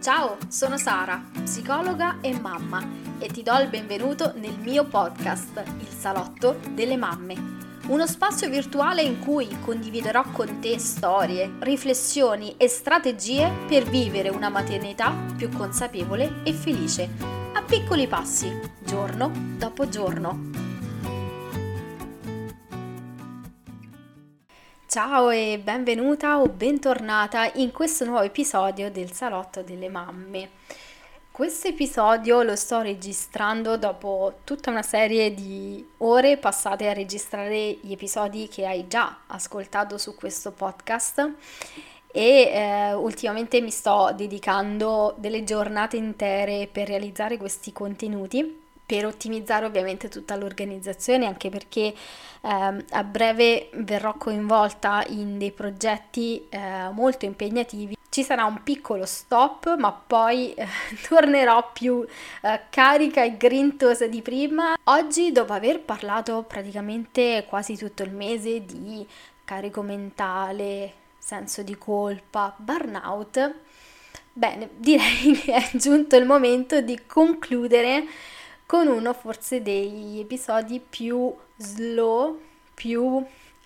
Ciao, sono Sara, psicologa e mamma e ti do il benvenuto nel mio podcast, Il Salotto delle Mamme. Uno spazio virtuale in cui condividerò con te storie, riflessioni e strategie per vivere una maternità più consapevole e felice, a piccoli passi, giorno dopo giorno. Ciao e benvenuta o bentornata in questo nuovo episodio del Salotto delle Mamme. Questo episodio lo sto registrando dopo tutta una serie di ore passate a registrare gli episodi che hai già ascoltato su questo podcast e ultimamente mi sto dedicando delle giornate intere per realizzare questi contenuti, per ottimizzare ovviamente tutta l'organizzazione, anche perché a breve verrò coinvolta in dei progetti molto impegnativi. Ci sarà un piccolo stop, ma poi tornerò più carica e grintosa di prima. Oggi, dopo aver parlato praticamente quasi tutto il mese di carico mentale, senso di colpa, burnout, bene, direi che è giunto il momento di concludere con uno forse degli episodi più slow, più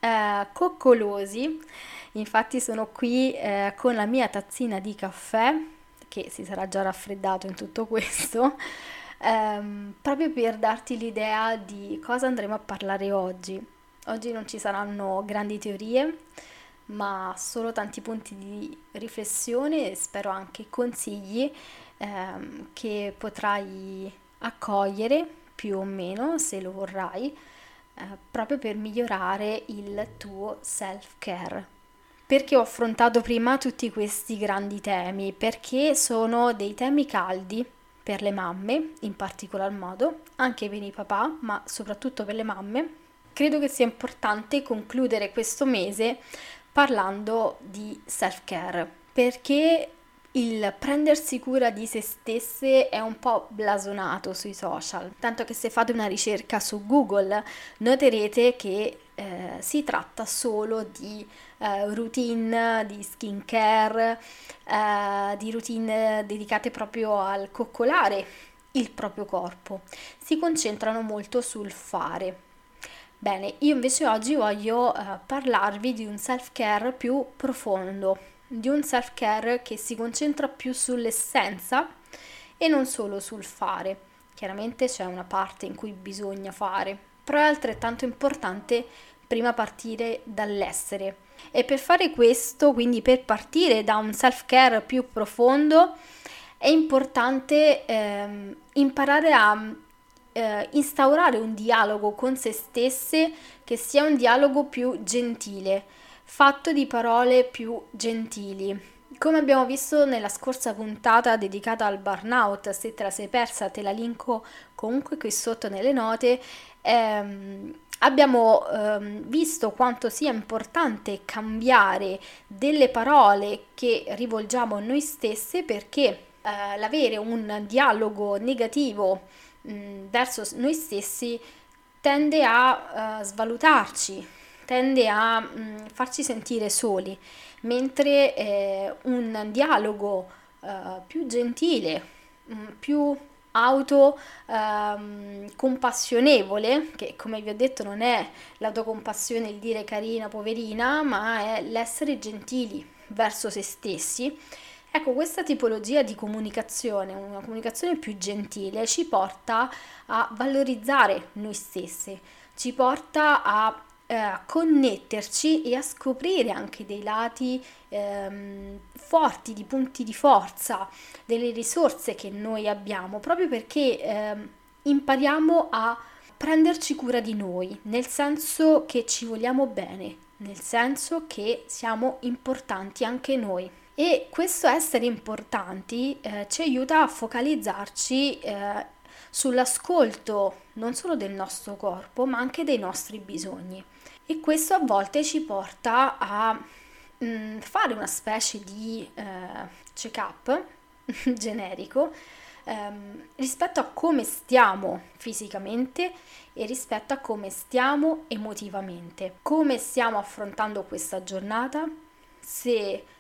coccolosi. Infatti sono qui con la mia tazzina di caffè, che si sarà già raffreddato in tutto questo, proprio per darti l'idea di cosa andremo a parlare oggi. Oggi non ci saranno grandi teorie, ma solo tanti punti di riflessione e spero anche consigli che potrai accogliere più o meno se lo vorrai, proprio per migliorare il tuo self-care. Perché ho affrontato prima tutti questi grandi temi? Perché sono dei temi caldi per le mamme, in particolar modo, anche per i papà, ma soprattutto per le mamme. Credo che sia importante concludere questo mese parlando di self-care, perché il prendersi cura di se stesse è un po' blasonato sui social, tanto che se fate una ricerca su Google noterete che si tratta solo di routine di skincare, di routine dedicate proprio al coccolare il proprio corpo. Si concentrano molto sul fare. Bene, io invece oggi voglio parlarvi di un self-care più profondo, di un self-care che si concentra più sull'essenza e non solo sul fare. Chiaramente c'è una parte in cui bisogna fare, però è altrettanto importante prima partire dall'essere. E per fare questo, quindi per partire da un self-care più profondo, è importante imparare a instaurare un dialogo con se stesse che sia un dialogo più gentile, fatto di parole più gentili. Come abbiamo visto nella scorsa puntata dedicata al burnout, se te la sei persa te la linko comunque qui sotto nelle note, abbiamo visto quanto sia importante cambiare delle parole che rivolgiamo a noi stesse, perché l'avere un dialogo negativo verso noi stessi tende a svalutarci, tende a farci sentire soli, mentre un dialogo più gentile, più compassionevole, che come vi ho detto non è l'autocompassione il dire carina, poverina, ma è l'essere gentili verso se stessi. Ecco, questa tipologia di comunicazione, una comunicazione più gentile, ci porta a valorizzare noi stesse, ci porta a connetterci e a scoprire anche dei lati forti, di punti di forza, delle risorse che noi abbiamo, proprio perché impariamo a prenderci cura di noi, nel senso che ci vogliamo bene, nel senso che siamo importanti anche noi. E questo essere importanti ci aiuta a focalizzarci sull'ascolto non solo del nostro corpo, ma anche dei nostri bisogni. E questo a volte ci porta a fare una specie di check-up generico rispetto a come stiamo fisicamente e rispetto a come stiamo emotivamente, come stiamo affrontando questa giornata, se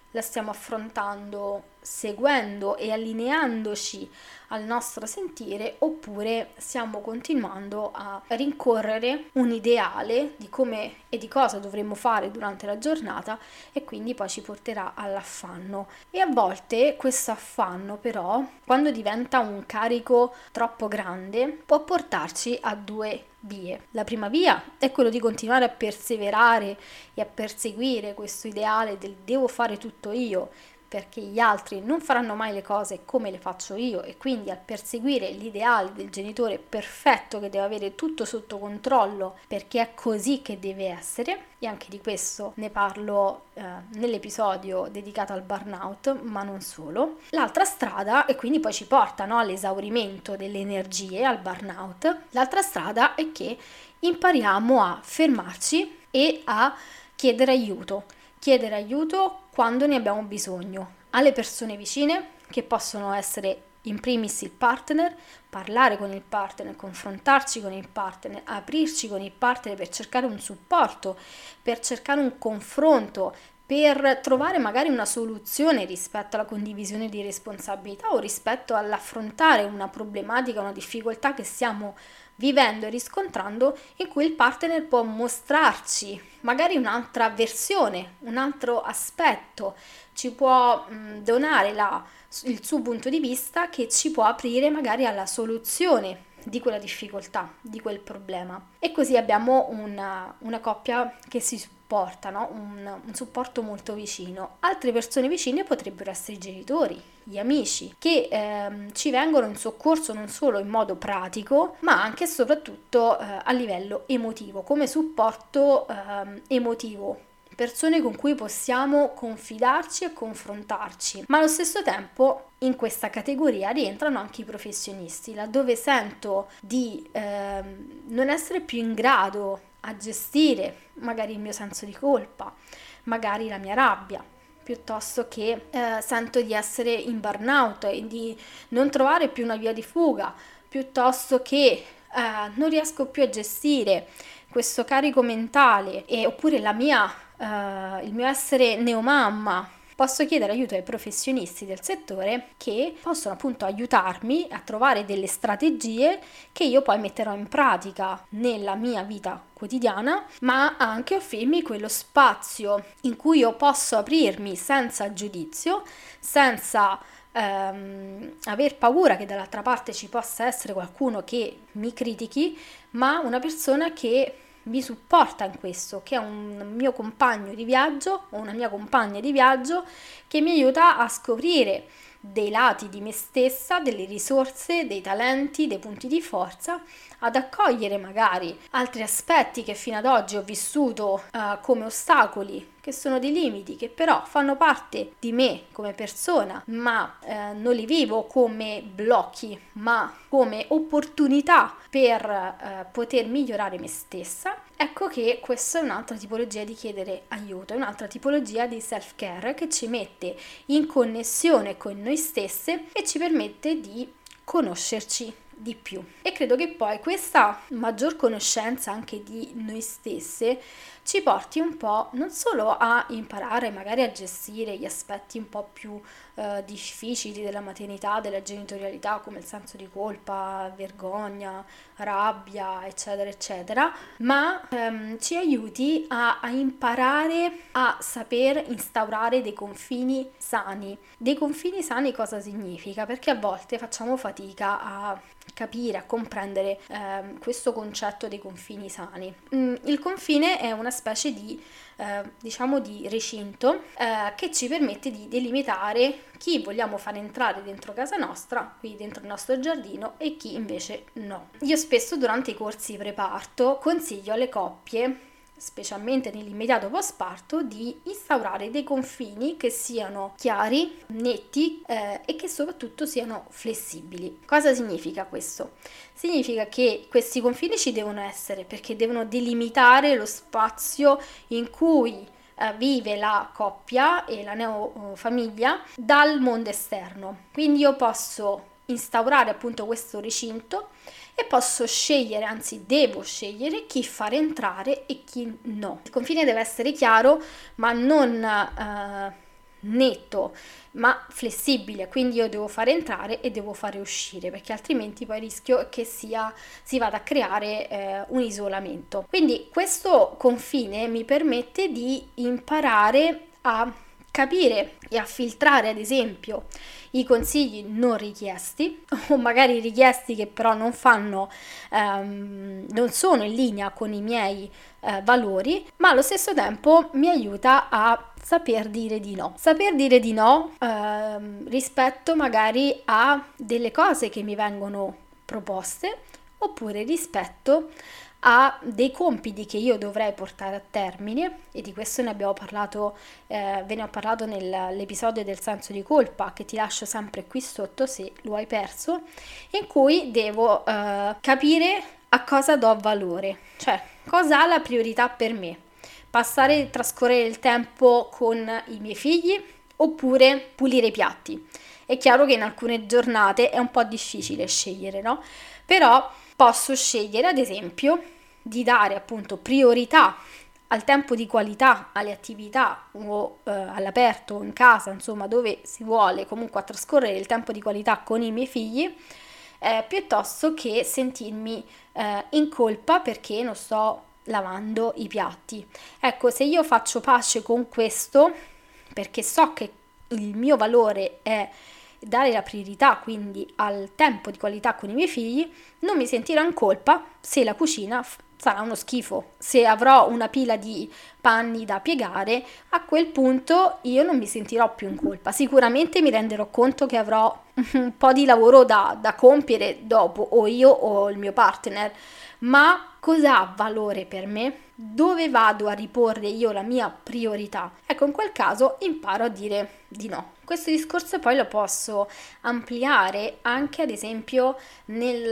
la stiamo affrontando seguendo e allineandoci al nostro sentire, oppure stiamo continuando a rincorrere un ideale di come e di cosa dovremmo fare durante la giornata, e quindi poi ci porterà all'affanno. E a volte questo affanno, però, quando diventa un carico troppo grande, può portarci a due vie. La prima via è quello di continuare a perseverare e a perseguire questo ideale del devo fare tutto io, perché gli altri non faranno mai le cose come le faccio io, e quindi al perseguire l'ideale del genitore perfetto che deve avere tutto sotto controllo perché è così che deve essere, e anche di questo ne parlo nell'episodio dedicato al burnout, ma non solo. L'altra strada, e quindi poi ci porta, no, all'esaurimento delle energie, al burnout, l'altra strada è che impariamo a fermarci e a chiedere aiuto quando ne abbiamo bisogno, alle persone vicine, che possono essere in primis il partner, parlare con il partner, confrontarci con il partner, aprirci con il partner per cercare un supporto, per cercare un confronto, per trovare magari una soluzione rispetto alla condivisione di responsabilità o rispetto all'affrontare una problematica, una difficoltà che stiamo vivendo e riscontrando, in cui il partner può mostrarci magari un'altra versione, un altro aspetto, ci può donare il suo punto di vista, che ci può aprire magari alla soluzione di quella difficoltà, di quel problema. E così abbiamo una coppia che si supporta, no? Un supporto molto vicino. Altre persone vicine potrebbero essere i genitori, gli amici, che ci vengono in soccorso non solo in modo pratico, ma anche e soprattutto a livello emotivo, come supporto emotivo. Persone con cui possiamo confidarci e confrontarci, ma allo stesso tempo in questa categoria rientrano anche i professionisti, laddove sento di non essere più in grado a gestire magari il mio senso di colpa, magari la mia rabbia, piuttosto che sento di essere in burnout e di non trovare più una via di fuga, piuttosto che non riesco più a gestire questo carico mentale, oppure il mio essere neomamma. Posso chiedere aiuto ai professionisti del settore, che possono appunto aiutarmi a trovare delle strategie che io poi metterò in pratica nella mia vita quotidiana, ma anche offrirmi quello spazio in cui io posso aprirmi senza giudizio, senza aver paura che dall'altra parte ci possa essere qualcuno che mi critichi, ma una persona che mi supporta in questo, che è un mio compagno di viaggio o una mia compagna di viaggio, che mi aiuta a scoprire dei lati di me stessa, delle risorse, dei talenti, dei punti di forza, ad accogliere magari altri aspetti che fino ad oggi ho vissuto come ostacoli, che sono dei limiti, che però fanno parte di me come persona, ma non li vivo come blocchi, ma come opportunità per poter migliorare me stessa. Ecco che questa è un'altra tipologia di chiedere aiuto, è un'altra tipologia di self-care che ci mette in connessione con noi stesse e ci permette di conoscerci di più. E credo che poi questa maggior conoscenza anche di noi stesse ci porti un po' non solo a imparare magari a gestire gli aspetti un po' più difficili della maternità, della genitorialità, come il senso di colpa, vergogna, rabbia, eccetera, eccetera, ma ci aiuti a imparare a saper instaurare dei confini sani. Dei confini sani cosa significa? Perché a volte facciamo fatica a capire, a comprendere questo concetto dei confini sani. Il confine è una specie di di recinto che ci permette di delimitare chi vogliamo fare entrare dentro casa nostra, qui dentro il nostro giardino, e chi invece no. Io spesso durante i corsi preparto consiglio alle coppie, specialmente nell'immediato postparto, di instaurare dei confini che siano chiari, netti e che soprattutto siano flessibili. Cosa significa questo? Significa che questi confini ci devono essere, perché devono delimitare lo spazio in cui vive la coppia e la neofamiglia dal mondo esterno. Quindi io posso instaurare appunto questo recinto e posso scegliere, anzi devo scegliere chi fare entrare e chi no. Il confine deve essere chiaro, ma non netto ma flessibile, quindi io devo fare entrare e devo fare uscire, perché altrimenti poi rischio che si vada a creare un isolamento. Quindi questo confine mi permette di imparare a capire e a filtrare, ad esempio, i consigli non richiesti o magari richiesti che però non sono in linea con i miei valori, ma allo stesso tempo mi aiuta a saper dire di no. Saper dire di no rispetto magari a delle cose che mi vengono proposte, oppure rispetto a dei compiti che io dovrei portare a termine, e di questo ve ne ho parlato nell'episodio del senso di colpa, che ti lascio sempre qui sotto se lo hai perso, in cui devo capire a cosa do valore, cioè cosa ha la priorità per me. Trascorrere il tempo con i miei figli oppure pulire i piatti. È chiaro che in alcune giornate è un po' difficile scegliere, no? Però posso scegliere, ad esempio, di dare appunto priorità al tempo di qualità, alle attività o all'aperto o in casa, insomma, dove si vuole comunque a trascorrere il tempo di qualità con i miei figli, piuttosto che sentirmi in colpa perché non sto lavando i piatti. Ecco, se io faccio pace con questo, perché so che il mio valore è dare la priorità quindi al tempo di qualità con i miei figli, non mi sentirò in colpa se la cucina sarà uno schifo, se avrò una pila di panni da piegare. A quel punto io non mi sentirò più in colpa, sicuramente mi renderò conto che avrò un po' di lavoro da compiere dopo, o io o il mio partner, ma cosa ha valore per me? Dove vado a riporre io la mia priorità? Ecco, in quel caso imparo a dire di no. Questo discorso poi lo posso ampliare anche, ad esempio, nel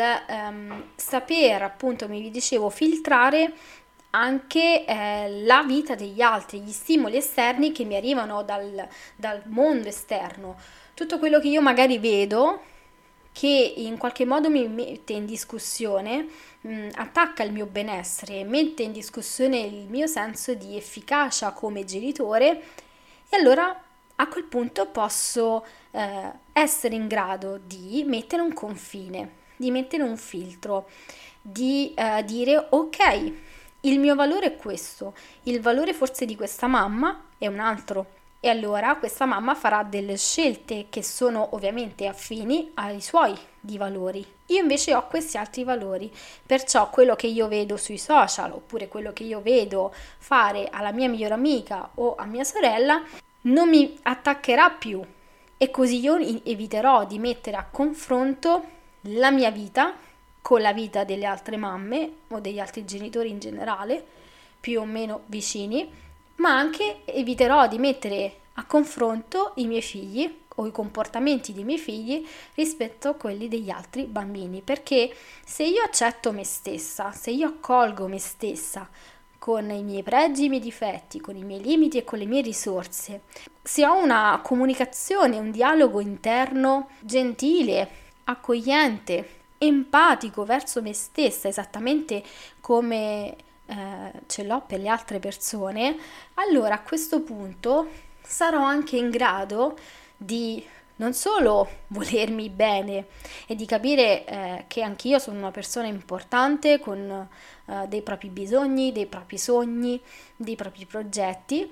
saper, appunto, mi dicevo, filtrare anche la vita degli altri, gli stimoli esterni che mi arrivano dal mondo esterno. Tutto quello che io magari vedo che in qualche modo mi mette in discussione, attacca il mio benessere, mette in discussione il mio senso di efficacia come genitore, e allora a quel punto posso essere in grado di mettere un confine, di mettere un filtro, di dire ok, il mio valore è questo, il valore forse di questa mamma è un altro. E allora questa mamma farà delle scelte che sono ovviamente affini ai suoi di valori. Io invece ho questi altri valori, perciò quello che io vedo sui social oppure quello che io vedo fare alla mia migliore amica o a mia sorella non mi attaccherà più, e così io eviterò di mettere a confronto la mia vita con la vita delle altre mamme o degli altri genitori in generale, più o meno vicini, ma anche eviterò di mettere a confronto i miei figli o i comportamenti dei miei figli rispetto a quelli degli altri bambini, perché se io accetto me stessa, se io accolgo me stessa con i miei pregi e i miei difetti, con i miei limiti e con le mie risorse, se ho una comunicazione, un dialogo interno gentile, accogliente, empatico verso me stessa, esattamente come ce l'ho per le altre persone, allora a questo punto sarò anche in grado di non solo volermi bene e di capire che anch'io sono una persona importante con dei propri bisogni, dei propri sogni, dei propri progetti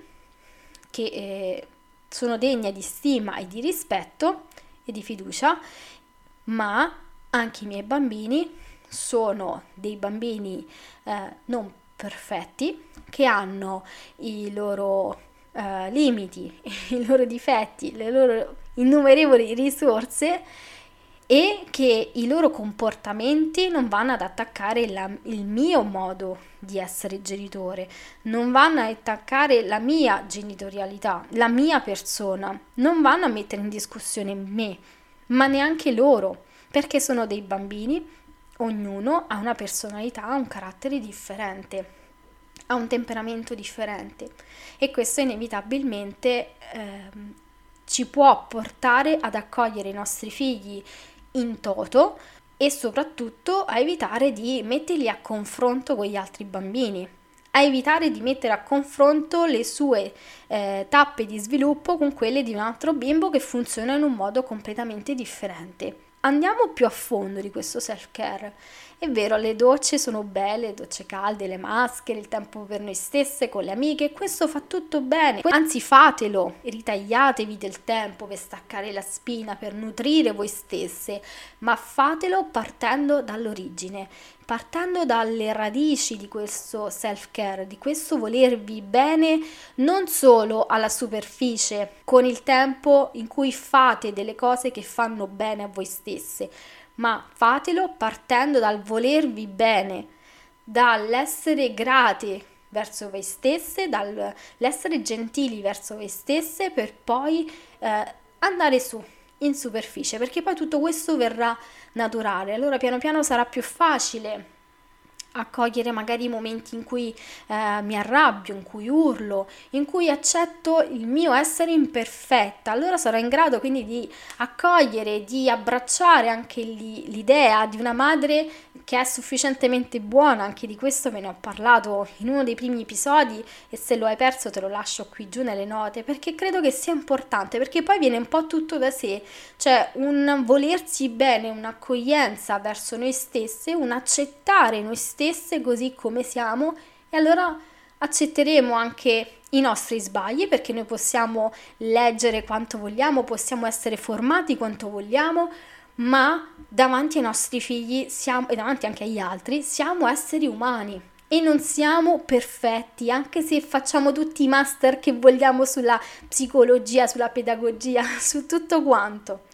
che sono degne di stima e di rispetto e di fiducia, ma anche i miei bambini sono dei bambini non perfetti, che hanno i loro limiti, i loro difetti, le loro innumerevoli risorse, e che i loro comportamenti non vanno ad attaccare il mio modo di essere genitore, non vanno ad attaccare la mia genitorialità, la mia persona, non vanno a mettere in discussione me, ma neanche loro, perché sono dei bambini. Ognuno ha una personalità, ha un carattere differente, ha un temperamento differente, e questo inevitabilmente ci può portare ad accogliere i nostri figli in toto e soprattutto a evitare di metterli a confronto con gli altri bambini. a evitare di mettere a confronto le sue tappe di sviluppo con quelle di un altro bimbo che funziona in un modo completamente differente. Andiamo più a fondo di questo self-care. È vero, le docce sono belle, le docce calde, le maschere, il tempo per noi stesse, con le amiche, questo fa tutto bene. Anzi, fatelo, ritagliatevi del tempo per staccare la spina, per nutrire voi stesse, ma fatelo partendo dall'origine, partendo dalle radici di questo self-care, di questo volervi bene non solo alla superficie, con il tempo in cui fate delle cose che fanno bene a voi stesse, ma fatelo partendo dal volervi bene, dall'essere grati verso voi stesse, dall'essere gentili verso voi stesse, per poi andare su in superficie, perché poi tutto questo verrà naturale. Allora piano piano sarà più facile accogliere magari i momenti in cui mi arrabbio, in cui urlo, in cui accetto il mio essere imperfetta. Allora sarò in grado quindi di accogliere, di abbracciare anche l'idea di una madre che è sufficientemente buona. Anche di questo ve ne ho parlato in uno dei primi episodi, e se lo hai perso te lo lascio qui giù nelle note, perché credo che sia importante, perché poi viene un po' tutto da sé, cioè un volersi bene, un'accoglienza verso noi stesse, un accettare noi stesse così come siamo, e allora accetteremo anche i nostri sbagli, perché noi possiamo leggere quanto vogliamo, possiamo essere formati quanto vogliamo, ma davanti ai nostri figli e davanti anche agli altri siamo esseri umani e non siamo perfetti, anche se facciamo tutti i master che vogliamo sulla psicologia, sulla pedagogia, su tutto quanto,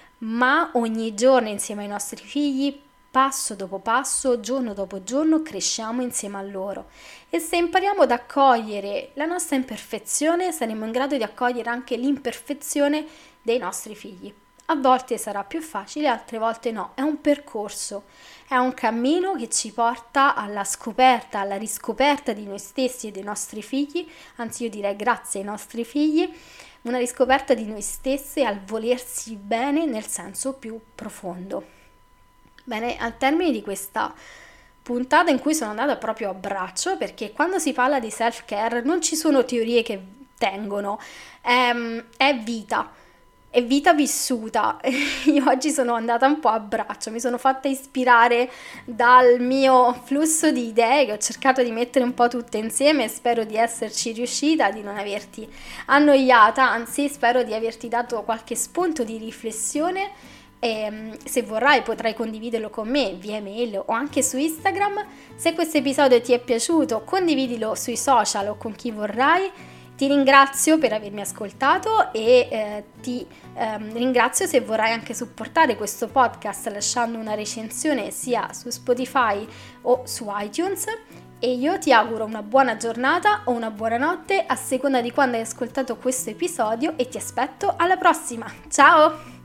ma ogni giorno insieme ai nostri figli, passo dopo passo, giorno dopo giorno, cresciamo insieme a loro, e se impariamo ad accogliere la nostra imperfezione, saremo in grado di accogliere anche l'imperfezione dei nostri figli. A volte sarà più facile, altre volte no. È un percorso, è un cammino che ci porta alla scoperta, alla riscoperta di noi stessi e dei nostri figli, anzi io direi grazie ai nostri figli, una riscoperta di noi stesse, al volersi bene nel senso più profondo. Bene, al termine di questa puntata in cui sono andata proprio a braccio, perché quando si parla di self-care non ci sono teorie che tengono, è vita. È vita vissuta. Io oggi sono andata un po' a braccio, mi sono fatta ispirare dal mio flusso di idee che ho cercato di mettere un po' tutte insieme, e spero di esserci riuscita, di non averti annoiata, anzi spero di averti dato qualche spunto di riflessione. E se vorrai potrai condividerlo con me via email o anche su Instagram. Se questo episodio ti è piaciuto, condividilo sui social o con chi vorrai. Ti ringrazio per avermi ascoltato e ti ringrazio se vorrai anche supportare questo podcast lasciando una recensione sia su Spotify o su iTunes, e io ti auguro una buona giornata o una buona notte a seconda di quando hai ascoltato questo episodio, e ti aspetto alla prossima. Ciao!